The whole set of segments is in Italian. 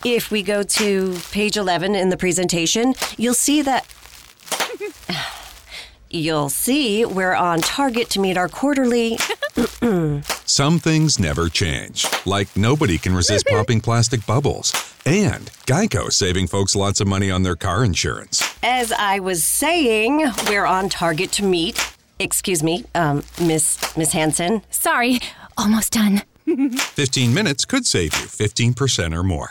If we go to page 11 in the presentation, you'll see we're on target to meet our quarterly... Some things never change, like nobody can resist popping plastic bubbles. And Geico saving folks lots of money on their car insurance. As I was saying, we're on target to meet... Excuse me, Miss Hansen. Sorry, almost done. 15 minutes could save you 15% or more.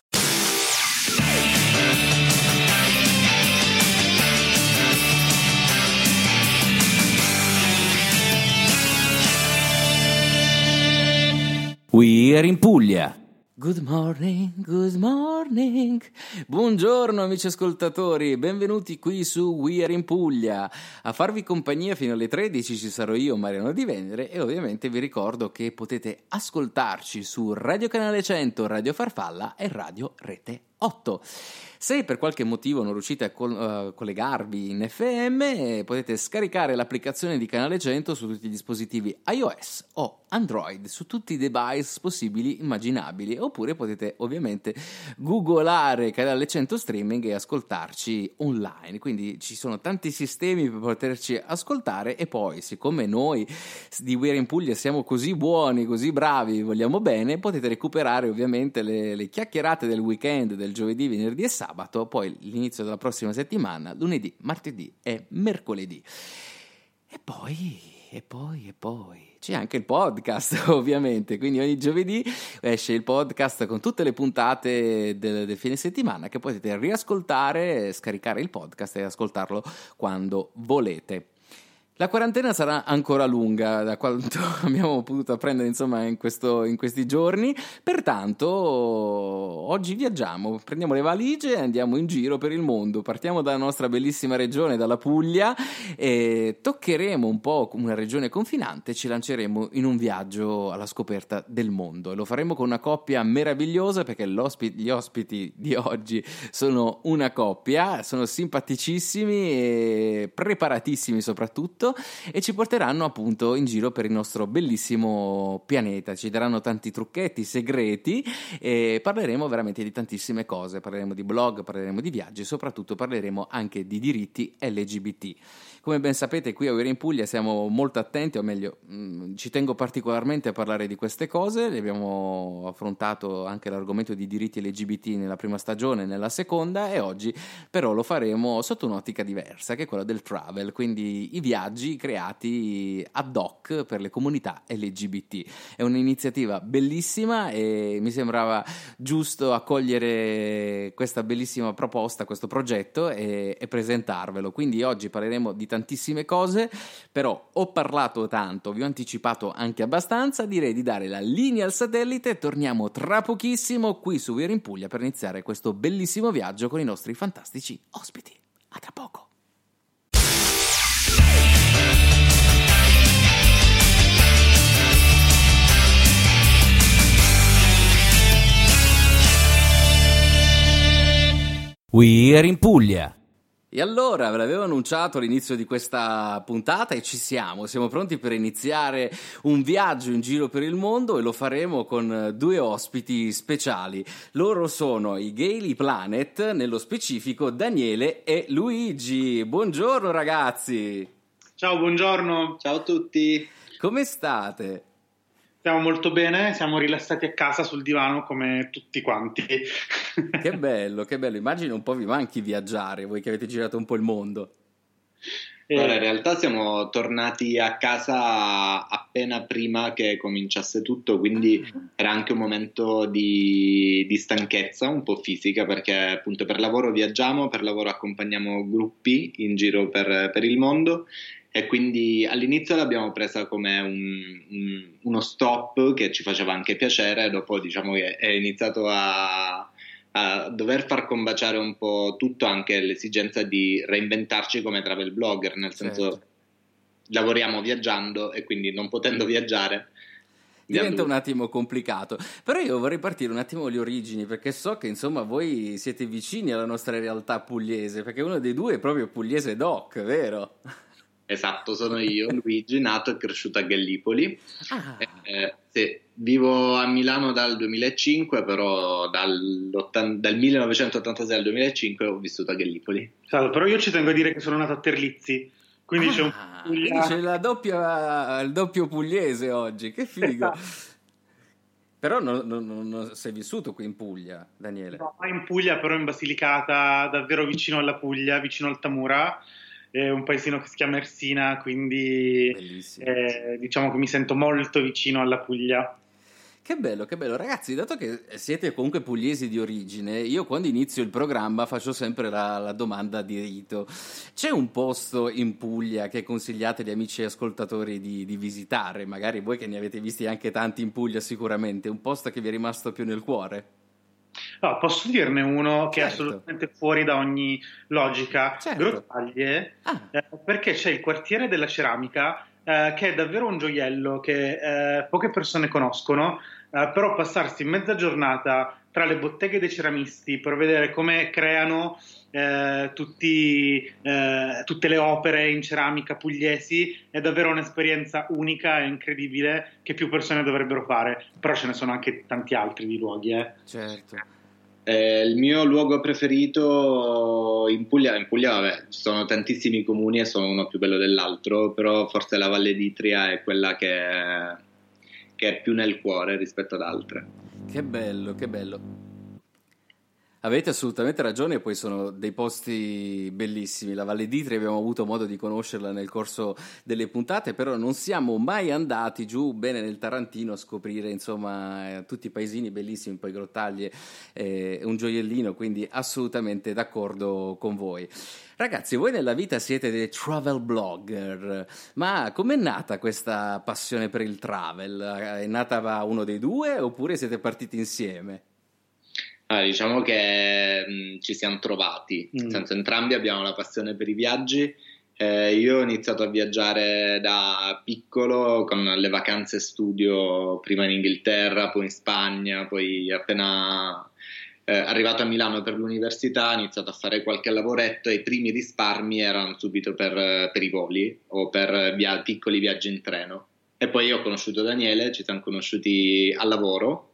We are in Puglia. Good morning, good morning. Buongiorno amici ascoltatori, benvenuti qui su We Are in Puglia. A farvi compagnia fino alle 13 ci sarò io, Mariano Di Venere, e ovviamente vi ricordo che potete ascoltarci su Radio Canale 100, Radio Farfalla e Radio Rete 8. Se per qualche motivo non riuscite a collegarvi in FM, potete scaricare l'applicazione di Canale 100 su tutti i dispositivi iOS o Android, su tutti i device possibili immaginabili, oppure potete ovviamente googolare Canale 100 Streaming e ascoltarci online. Quindi ci sono tanti sistemi per poterci ascoltare, e poi siccome noi di We Are in Puglia siamo così buoni, così bravi, vogliamo bene, potete recuperare ovviamente le chiacchierate del weekend, del giovedì, venerdì e sabato, poi l'inizio della prossima settimana, lunedì, martedì e mercoledì. E poi c'è anche il podcast, ovviamente, quindi ogni giovedì esce il podcast con tutte le puntate del fine settimana, che potete riascoltare, scaricare il podcast e ascoltarlo quando volete. La quarantena sarà ancora lunga, da quanto abbiamo potuto apprendere insomma in questi giorni, pertanto oggi viaggiamo, prendiamo le valigie e andiamo in giro per il mondo. Partiamo dalla nostra bellissima regione, dalla Puglia, e toccheremo un po' una regione confinante e ci lanceremo in un viaggio alla scoperta del mondo, e lo faremo con una coppia meravigliosa, perché gli ospiti di oggi sono una coppia, sono simpaticissimi e preparatissimi soprattutto, e ci porteranno appunto in giro per il nostro bellissimo pianeta, ci daranno tanti trucchetti segreti e parleremo veramente di tantissime cose. Parleremo di blog, parleremo di viaggi e soprattutto parleremo anche di diritti LGBT. Come ben sapete, qui a We Are in Puglia siamo molto attenti, o meglio, ci tengo particolarmente a parlare di queste cose. Ne abbiamo affrontato anche l'argomento di diritti LGBT nella prima stagione, nella seconda, e oggi però lo faremo sotto un'ottica diversa, che è quella del travel, quindi i viaggi creati ad hoc per le comunità LGBT. È un'iniziativa bellissima e mi sembrava giusto accogliere questa bellissima proposta, questo progetto, e presentarvelo. Quindi oggi parleremo di tantissime cose, però ho parlato tanto, vi ho anticipato anche abbastanza, direi di dare la linea al satellite e torniamo tra pochissimo qui su We Are in Puglia per iniziare questo bellissimo viaggio con i nostri fantastici ospiti. A tra poco. We Are in Puglia. E allora, ve l'avevo annunciato all'inizio di questa puntata e ci siamo pronti per iniziare un viaggio in giro per il mondo, e lo faremo con due ospiti speciali. Loro sono i Gaily Planet, nello specifico Daniele e Luigi. Buongiorno ragazzi! Ciao, buongiorno! Ciao a tutti! Come state? Stiamo molto bene, siamo rilassati a casa sul divano come tutti quanti. Che bello, che bello. Immagino un po' vi manchi viaggiare, voi che avete girato un po' il mondo. Allora, in realtà siamo tornati a casa appena prima che cominciasse tutto, quindi era anche un momento di stanchezza un po' fisica, perché appunto per lavoro viaggiamo, per lavoro accompagniamo gruppi in giro per il mondo, e quindi all'inizio l'abbiamo presa come uno stop che ci faceva anche piacere. Dopo diciamo che è iniziato a dover far combaciare un po' tutto, anche l'esigenza di reinventarci come travel blogger, nel senso certo. Lavoriamo viaggiando e quindi non potendo viaggiare diventa un attimo complicato. Però io vorrei partire un attimo alle origini, perché so che insomma voi siete vicini alla nostra realtà pugliese, perché uno dei due è proprio pugliese doc, vero? Esatto, sono io, Luigi, nato e cresciuto a Gallipoli. Ah, Sì, vivo a Milano dal 2005, però dal 1986 al 2005 ho vissuto a Gallipoli. Esatto, però io ci tengo a dire che sono nato a Terlizzi, quindi c'è un quindi c'è il doppio pugliese oggi, che figo. Però non sei vissuto qui in Puglia, Daniele? No, in Puglia, però in Basilicata, davvero vicino alla Puglia, vicino al Tamura, è un paesino che si chiama Ersina, quindi Bellissimo. diciamo che mi sento molto vicino alla Puglia. Che bello, ragazzi, dato che siete comunque pugliesi di origine, io quando inizio il programma faccio sempre la domanda di rito. C'è un posto in Puglia che consigliate agli amici ascoltatori di visitare? Magari voi che ne avete visti anche tanti in Puglia sicuramente, un posto che vi è rimasto più nel cuore? No, posso dirne uno che è Certo. assolutamente fuori da ogni logica, Certo. Grottaglie, perché c'è il quartiere della ceramica, che è davvero un gioiello che poche persone conoscono, però passarsi mezza giornata tra le botteghe dei ceramisti per vedere come creano tutte le opere in ceramica pugliesi è davvero un'esperienza unica e incredibile che più persone dovrebbero fare, però ce ne sono anche tanti altri di luoghi. Certo. Il mio luogo preferito in Puglia, vabbè, ci sono tantissimi comuni e sono uno più bello dell'altro, però forse la Valle d'Itria è quella che è più nel cuore rispetto ad altre. Che bello, che bello. Avete assolutamente ragione, poi sono dei posti bellissimi. La Valle d'Itria abbiamo avuto modo di conoscerla nel corso delle puntate, però non siamo mai andati giù bene nel Tarantino a scoprire, insomma, tutti i paesini bellissimi, poi Grottaglie è un gioiellino, quindi assolutamente d'accordo con voi. Ragazzi, voi nella vita siete dei travel blogger, ma com'è nata questa passione per il travel? È nata da uno dei due oppure siete partiti insieme? Diciamo che ci siamo trovati, nel senso entrambi abbiamo la passione per i viaggi. Io ho iniziato a viaggiare da piccolo con le vacanze studio, prima in Inghilterra, poi in Spagna, poi appena arrivato a Milano per l'università ho iniziato a fare qualche lavoretto e i primi risparmi erano subito per i voli o per piccoli viaggi in treno. E poi ho conosciuto Daniele, ci siamo conosciuti al lavoro.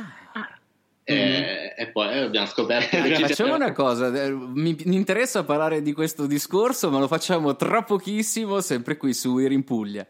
E poi abbiamo scoperto che facciamo una cosa, mi interessa parlare di questo discorso, ma lo facciamo tra pochissimo, sempre qui su We're in Puglia.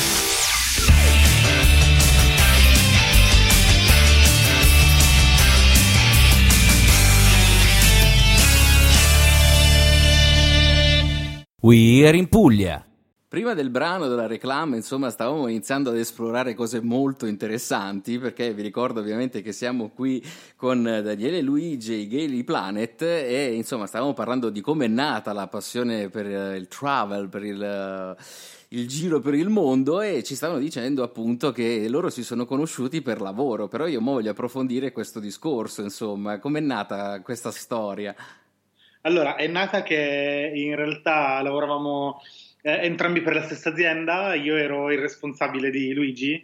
We're in Puglia. Prima del brano, della reclama, insomma, stavamo iniziando ad esplorare cose molto interessanti, perché vi ricordo ovviamente che siamo qui con Daniele e Luigi, i Gaily Planet, e insomma stavamo parlando di come è nata la passione per il travel, per il giro per il mondo, e ci stavano dicendo appunto che loro si sono conosciuti per lavoro, però io mo voglio approfondire questo discorso, insomma, com'è nata questa storia? Allora, è nata che in realtà lavoravamo entrambi per la stessa azienda, io ero il responsabile di Luigi,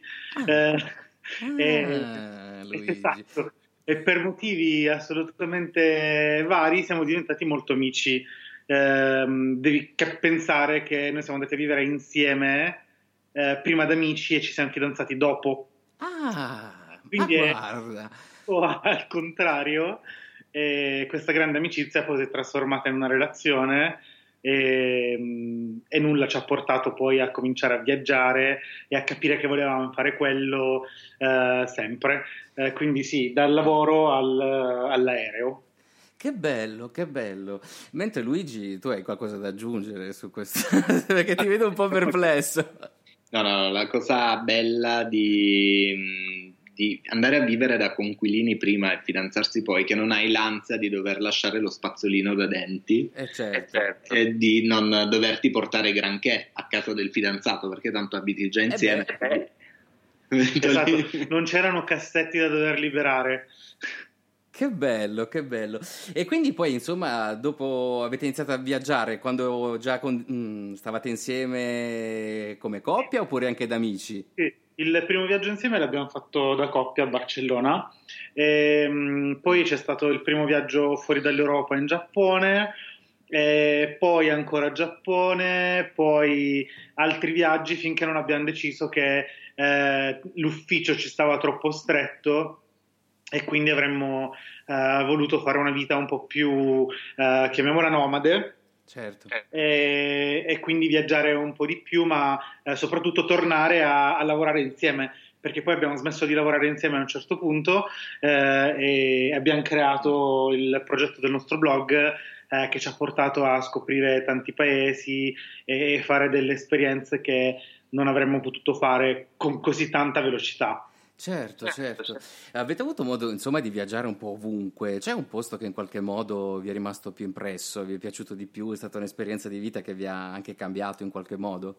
Luigi. Esatto, e per motivi assolutamente vari siamo diventati molto amici. Devi pensare che noi siamo andati a vivere insieme prima da amici e ci siamo fidanzati dopo. Quindi guarda. Al contrario, questa grande amicizia poi si è trasformata in una relazione e nulla ci ha portato poi a cominciare a viaggiare e a capire che volevamo fare quello sempre. Quindi sì, dal lavoro all'aereo. Che bello, che bello. Mentre Luigi, tu hai qualcosa da aggiungere su questo? Perché ti vedo un po' perplesso. No, la cosa bella di andare a vivere da coinquilini prima e fidanzarsi poi, che non hai l'ansia di dover lasciare lo spazzolino da denti certo. E di non doverti portare granché a casa del fidanzato, perché tanto abiti già insieme. Esatto, non c'erano cassetti da dover liberare. Che bello, che bello. E quindi poi, insomma, dopo avete iniziato a viaggiare quando già stavate insieme come coppia oppure anche da amici? Sì, il primo viaggio insieme l'abbiamo fatto da coppia a Barcellona, poi c'è stato il primo viaggio fuori dall'Europa in Giappone, poi ancora Giappone, poi altri viaggi finché non abbiamo deciso che l'ufficio ci stava troppo stretto e quindi avremmo voluto fare una vita un po' più, chiamiamola nomade. Certo. E quindi viaggiare un po' di più, ma soprattutto tornare a lavorare insieme, perché poi abbiamo smesso di lavorare insieme a un certo punto e abbiamo creato il progetto del nostro blog che ci ha portato a scoprire tanti paesi e fare delle esperienze che non avremmo potuto fare con così tanta velocità. Certo. Avete avuto modo, insomma, di viaggiare un po' ovunque? C'è un posto che in qualche modo vi è rimasto più impresso, vi è piaciuto di più? È stata un'esperienza di vita che vi ha anche cambiato in qualche modo?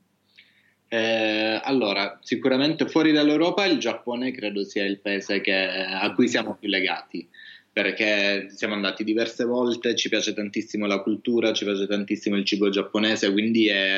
Allora, sicuramente fuori dall'Europa il Giappone credo sia il paese a cui siamo più legati, perché siamo andati diverse volte, ci piace tantissimo la cultura, ci piace tantissimo il cibo giapponese, quindi è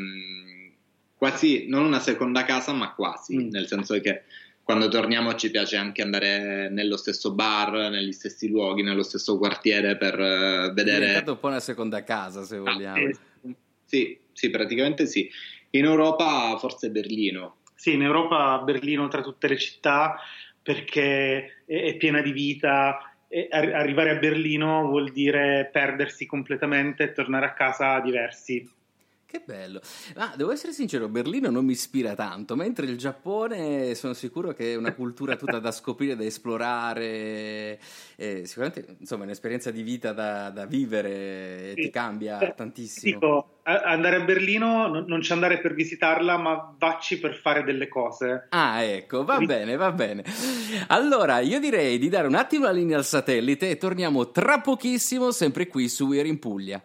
quasi non una seconda casa, ma quasi, nel senso che quando torniamo ci piace anche andare nello stesso bar, negli stessi luoghi, nello stesso quartiere per vedere... È diventato un po' una seconda casa, se vogliamo. Sì, praticamente sì. In Europa forse Berlino. Sì, in Europa Berlino tra tutte le città, perché è piena di vita. E arrivare a Berlino vuol dire perdersi completamente e tornare a casa diversi. Che bello, ma devo essere sincero, Berlino non mi ispira tanto, mentre il Giappone sono sicuro che è una cultura tutta da scoprire, da esplorare, sicuramente insomma è un'esperienza di vita da vivere, sì. Ti cambia tantissimo. Dico, andare a Berlino non ci andare per visitarla, ma vacci per fare delle cose. Ah, ecco, va bene. Allora, io direi di dare un attimo la linea al satellite e torniamo tra pochissimo sempre qui su We Are in Puglia.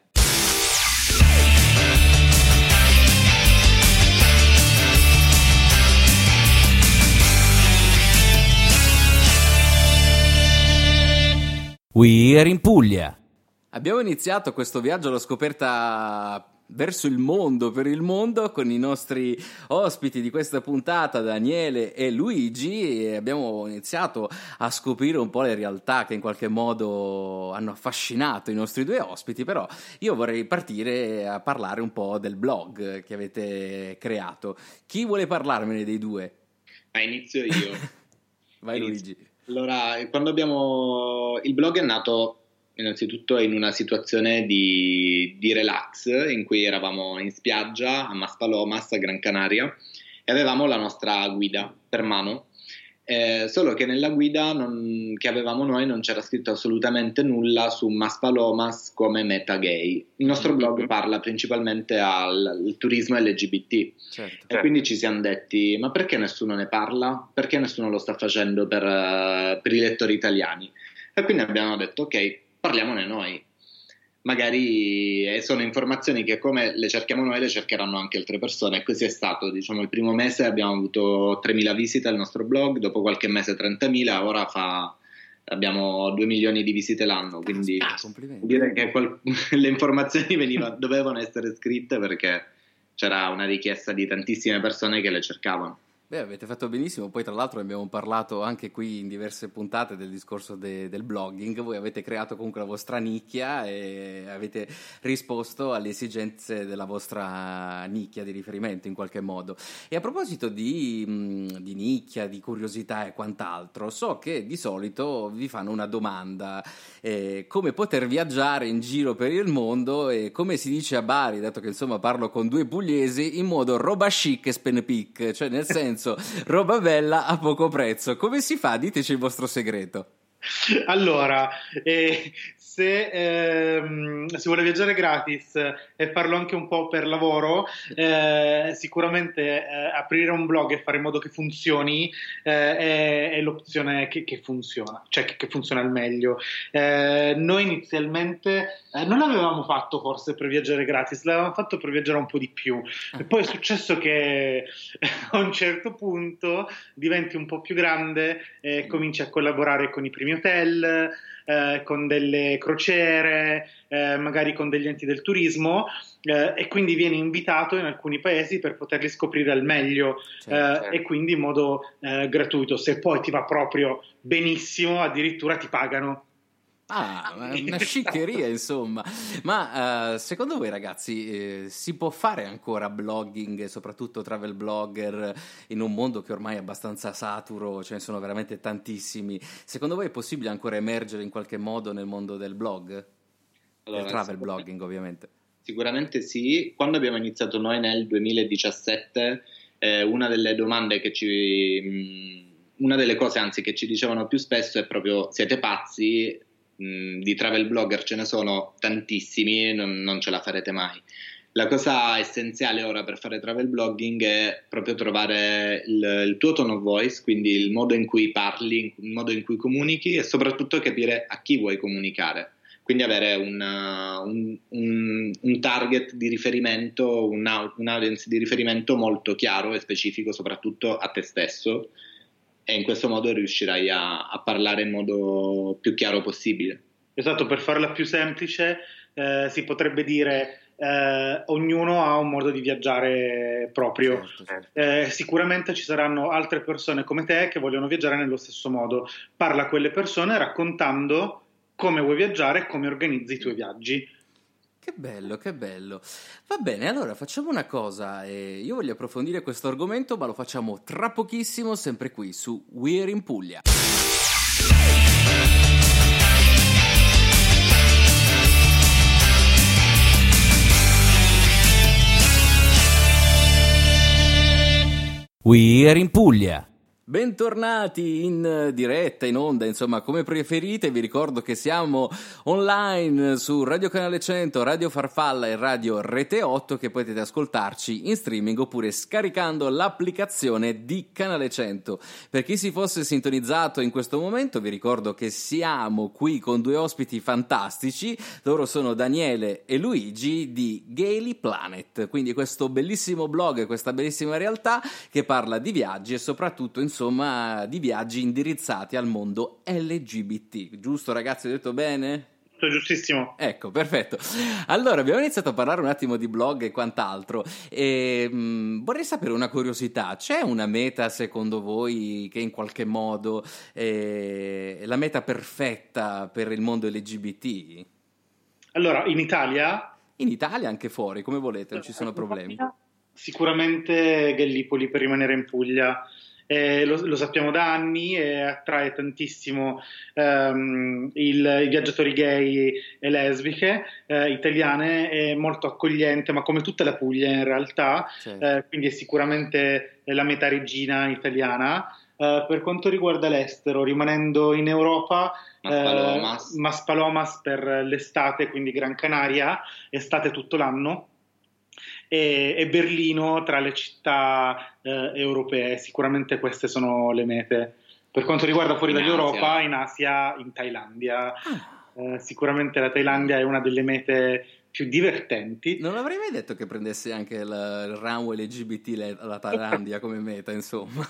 We Are in Puglia. Abbiamo iniziato questo viaggio alla scoperta verso il mondo, per il mondo, con i nostri ospiti di questa puntata, Daniele e Luigi, e abbiamo iniziato a scoprire un po' le realtà che in qualche modo hanno affascinato i nostri due ospiti, però io vorrei partire a parlare un po' del blog che avete creato. Chi vuole parlarmene dei due? Inizio io. Vai Luigi. Allora, quando il blog è nato innanzitutto in una situazione di relax, in cui eravamo in spiaggia a Maspalomas, a Gran Canaria, e avevamo la nostra guida per mano, solo che nella guida che avevamo noi non c'era scritto assolutamente nulla su Maspalomas come meta gay. Il nostro blog parla principalmente al turismo LGBT, certo. E quindi ci siamo detti, ma perché nessuno ne parla? Perché nessuno lo sta facendo per i lettori italiani? E quindi abbiamo detto, ok, parliamone noi. Magari sono informazioni che come le cerchiamo noi le cercheranno anche altre persone, e così è stato. Diciamo, il primo mese abbiamo avuto 3.000 visite al nostro blog, dopo qualche mese 30.000, ora abbiamo 2 milioni di visite l'anno, quindi dire che le informazioni dovevano essere scritte perché c'era una richiesta di tantissime persone che le cercavano. Beh, avete fatto benissimo, poi tra l'altro abbiamo parlato anche qui in diverse puntate del discorso del blogging. Voi avete creato comunque la vostra nicchia e avete risposto alle esigenze della vostra nicchia di riferimento in qualche modo. E a proposito di nicchia, di curiosità e quant'altro, so che di solito vi fanno una domanda, come poter viaggiare in giro per il mondo e come si dice a Bari, dato che insomma parlo con due pugliesi, in modo roba chic e spenpic, cioè nel senso roba bella a poco prezzo. Come si fa? Diteci il vostro segreto. Allora, se si vuole viaggiare gratis e farlo anche un po' per lavoro, sicuramente aprire un blog e fare in modo che funzioni è l'opzione che funziona, cioè che funziona al meglio. Noi inizialmente non l'avevamo fatto forse per viaggiare gratis, l'avevamo fatto per viaggiare un po' di più, e poi è successo che a un certo punto diventi un po' più grande e cominci a collaborare con i primi hotel, con delle crociere, magari con degli enti del turismo, e quindi vieni invitato in alcuni paesi per poterli scoprire al meglio, certo. E quindi in modo gratuito. Se poi ti va proprio benissimo, addirittura ti pagano. Una sciccheria, insomma. Ma secondo voi, ragazzi, si può fare ancora blogging, soprattutto travel blogger, in un mondo che ormai è abbastanza saturo, ce ne sono veramente tantissimi? Secondo voi è possibile ancora emergere in qualche modo nel mondo del blog? Del travel blogging, ovviamente. Sicuramente sì. Quando abbiamo iniziato noi nel 2017, una delle domande una delle cose anzi che ci dicevano più spesso è proprio: siete pazzi? Di travel blogger ce ne sono tantissimi, non ce la farete mai. La cosa essenziale ora per fare travel blogging è proprio trovare il tuo tone of voice, quindi il modo in cui parli, il modo in cui comunichi, e soprattutto capire a chi vuoi comunicare. Quindi avere un target di riferimento, un audience di riferimento molto chiaro e specifico, soprattutto a te stesso, e in questo modo riuscirai a parlare in modo più chiaro possibile. Esatto, per farla più semplice si potrebbe dire ognuno ha un modo di viaggiare proprio. Certo. Sicuramente ci saranno altre persone come te che vogliono viaggiare nello stesso modo. Parla a quelle persone raccontando come vuoi viaggiare e come organizzi i tuoi viaggi. Che bello, che bello. Va bene, allora facciamo una cosa. Io voglio approfondire questo argomento, ma lo facciamo tra pochissimo, sempre qui su We're in Puglia. We're in Puglia. Bentornati in diretta, in onda, insomma, come preferite. Vi ricordo che siamo online su Radio Canale 100, Radio Farfalla e Radio Rete 8, che potete ascoltarci in streaming oppure scaricando l'applicazione di Canale 100. Per chi si fosse sintonizzato in questo momento, vi ricordo che siamo qui con due ospiti fantastici. Loro sono Daniele e Luigi di Gaily Planet, quindi questo bellissimo blog, questa bellissima realtà che parla di viaggi e soprattutto, insomma, di viaggi indirizzati al mondo LGBT. Giusto, ragazzi? Ho detto bene? Giustissimo. Ecco, perfetto. Allora, abbiamo iniziato a parlare un attimo di blog e quant'altro e vorrei sapere una curiosità. C'è una meta, secondo voi, che in qualche modo è la meta perfetta per il mondo LGBT? Allora, in Italia? In Italia, anche fuori, come volete, non ci sono problemi. Sicuramente Gallipoli, per rimanere in Puglia. Lo sappiamo da anni e attrae tantissimo i viaggiatori gay e lesbiche italiane, è molto accogliente, ma come tutta la Puglia in realtà, certo. Quindi è sicuramente la meta regina italiana. Per quanto riguarda l'estero, rimanendo in Europa, Maspalomas per l'estate, quindi Gran Canaria, estate tutto l'anno. E Berlino tra le città europee. Sicuramente queste sono le mete. Per quanto riguarda fuori dall'Europa, in Asia, in Thailandia, sicuramente la Thailandia è una delle mete più divertenti. Non avrei mai detto che prendesse anche il ramo LGBT la Thailandia come meta, insomma.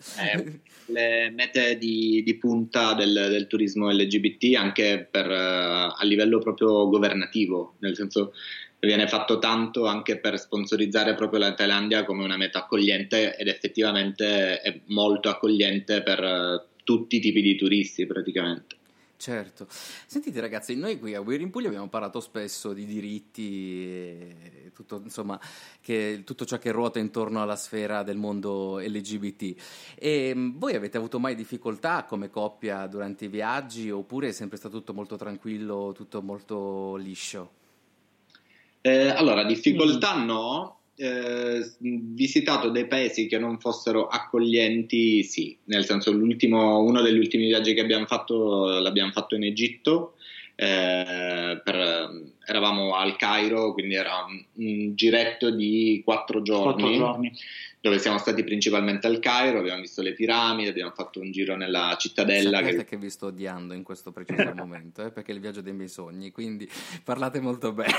Le mete di punta del turismo LGBT anche a livello proprio governativo, nel senso viene fatto tanto anche per sponsorizzare proprio la Thailandia come una meta accogliente, ed effettivamente è molto accogliente per tutti i tipi di turisti praticamente. Certo. Sentite ragazzi, noi qui a We're in Puglia abbiamo parlato spesso di diritti e tutto, insomma, tutto ciò che ruota intorno alla sfera del mondo LGBT. E voi avete avuto mai difficoltà come coppia durante i viaggi, oppure è sempre stato tutto molto tranquillo, tutto molto liscio? Allora, difficoltà no. Visitato dei paesi che non fossero accoglienti, sì, nel senso uno degli ultimi viaggi che abbiamo fatto l'abbiamo fatto in Egitto, eravamo al Cairo, quindi era un giretto di 4 giorni. Dove siamo stati principalmente al Cairo, abbiamo visto le piramidi, abbiamo fatto un giro nella cittadella. Sapete che vi sto odiando in questo preciso momento, perché è il viaggio dei miei sogni, quindi parlate molto bene.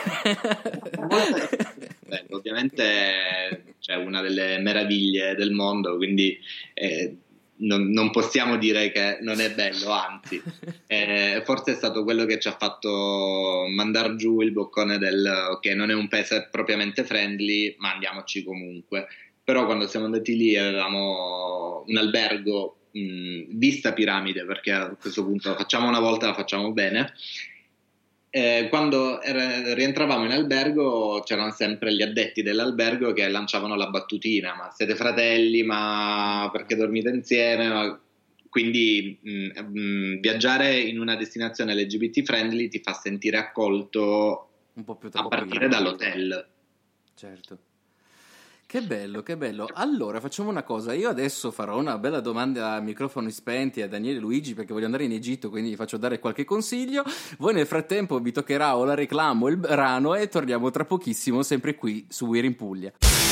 Beh, ovviamente c'è una delle meraviglie del mondo, quindi non possiamo dire che non è bello, anzi forse è stato quello che ci ha fatto mandar giù il boccone ok, non è un paese propriamente friendly, ma andiamoci comunque. Però quando siamo andati lì avevamo un albergo vista piramide, perché a questo punto la facciamo una volta, la facciamo bene. Quando rientravamo in albergo c'erano sempre gli addetti dell'albergo che lanciavano la battutina: ma siete fratelli, ma perché dormite insieme? Quindi viaggiare in una destinazione LGBT friendly ti fa sentire accolto un po' più a partire dall'hotel. Certo. Che bello, che bello. Allora facciamo una cosa, io adesso farò una bella domanda a microfoni spenti a Daniele Luigi, perché voglio andare in Egitto, quindi vi faccio dare qualche consiglio. Voi nel frattempo vi toccherà o la reclamo o il brano, e torniamo tra pochissimo sempre qui su We're in Puglia.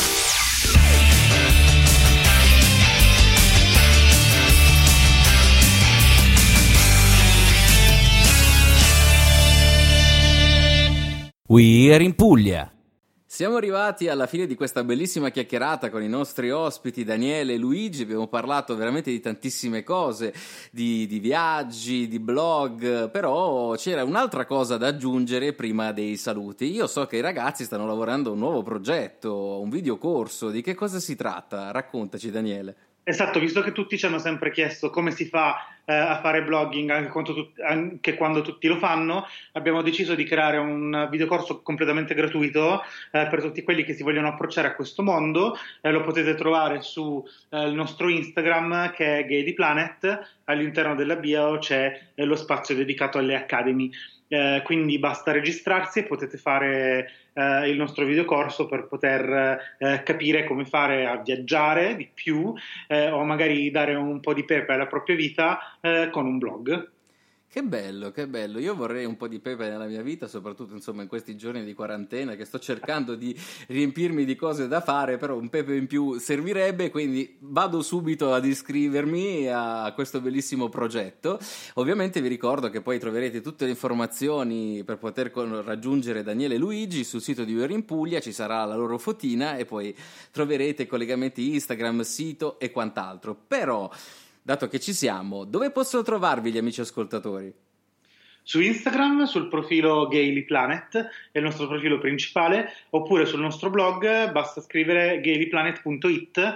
We're in Puglia. Siamo arrivati alla fine di questa bellissima chiacchierata con i nostri ospiti Daniele e Luigi. Abbiamo parlato veramente di tantissime cose, di viaggi, di blog, però c'era un'altra cosa da aggiungere prima dei saluti. Io so che i ragazzi stanno lavorando a un nuovo progetto, un videocorso. Di che cosa si tratta? Raccontaci, Daniele. Esatto, visto che tutti ci hanno sempre chiesto come si fa a fare blogging anche quando tutti lo fanno, abbiamo deciso di creare un videocorso completamente gratuito per tutti quelli che si vogliono approcciare a questo mondo. Lo potete trovare su il nostro Instagram, che è Gay Planet. All'interno della bio c'è lo spazio dedicato alle Academy. Quindi basta registrarsi e potete fare il nostro videocorso per poter capire come fare a viaggiare di più o magari dare un po' di pepe alla propria vita con un blog. Che bello, che bello. Io vorrei un po' di pepe nella mia vita, soprattutto insomma in questi giorni di quarantena, che sto cercando di riempirmi di cose da fare, però un pepe in più servirebbe, quindi vado subito ad iscrivermi a questo bellissimo progetto. Ovviamente vi ricordo che poi troverete tutte le informazioni per poter raggiungere Daniele e Luigi sul sito di We're in Puglia, ci sarà la loro fotina e poi troverete collegamenti Instagram, sito e quant'altro. Però, dato che ci siamo, dove possono trovarvi gli amici ascoltatori? Su Instagram, sul profilo Gayly Planet, è il nostro profilo principale, oppure sul nostro blog basta scrivere gaylyplanet.it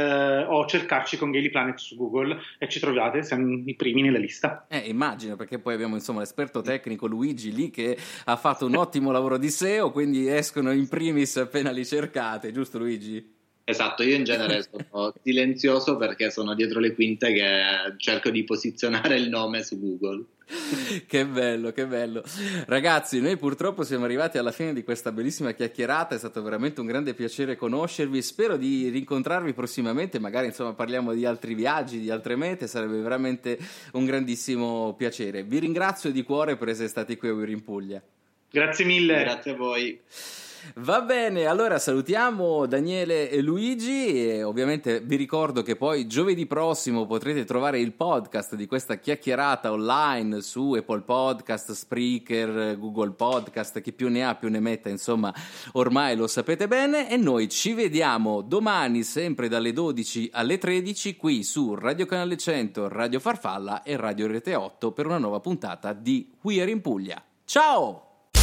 o cercarci con Gayly Planet su Google e ci trovate, siamo i primi nella lista. Immagino, perché poi abbiamo insomma l'esperto tecnico Luigi lì che ha fatto un ottimo lavoro di SEO, quindi escono in primis appena li cercate, giusto Luigi? Esatto, io in genere sono silenzioso perché sono dietro le quinte che cerco di posizionare il nome su Google. Che bello, che bello. Ragazzi, noi purtroppo siamo arrivati alla fine di questa bellissima chiacchierata, è stato veramente un grande piacere conoscervi, spero di rincontrarvi prossimamente, magari insomma parliamo di altri viaggi, di altre mete, sarebbe veramente un grandissimo piacere. Vi ringrazio di cuore per essere stati qui a We're in Puglia. Grazie mille. Grazie a voi. Va bene, allora salutiamo Daniele e Luigi e ovviamente vi ricordo che poi giovedì prossimo potrete trovare il podcast di questa chiacchierata online su Apple Podcast, Spreaker, Google Podcast, chi più ne ha più ne metta, insomma ormai lo sapete bene, e noi ci vediamo domani sempre dalle 12 alle 13 qui su Radio Canale 100, Radio Farfalla e Radio Rete 8 per una nuova puntata di We're in Puglia. Ciao!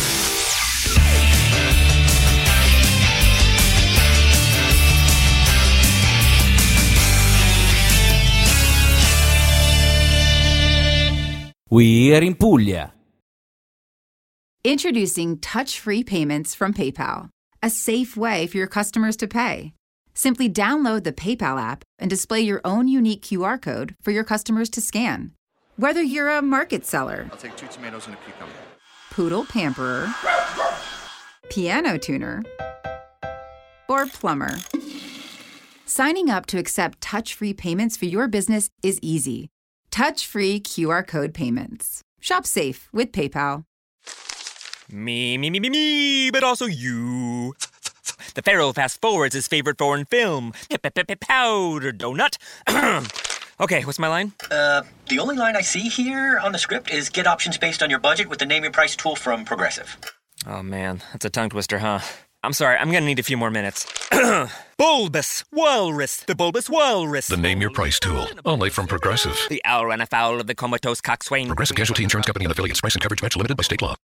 We're in Puglia. Introducing touch-free payments from PayPal, a safe way for your customers to pay. Simply download the PayPal app and display your own unique QR code for your customers to scan. Whether you're a market seller, I'll take 2 tomatoes and a cucumber, poodle pamperer, piano tuner, or plumber, signing up to accept touch-free payments for your business is easy. Touch-free QR code payments. Shop safe with PayPal. Me, but also you. The Pharaoh fast forwards his favorite foreign film, Powder Donut. Okay, what's my line? The only line I see here on the script is get options based on your budget with the Name Your Price tool from Progressive. Oh man, that's a tongue twister, huh? I'm sorry, I'm gonna need a few more minutes. Bulbous Walrus, the Bulbous Walrus. The Name Your Price tool, only from Progressive. The owl ran afoul of the comatose coxswain. Progressive Casualty Insurance Company and affiliates. Price and coverage match limited by state law.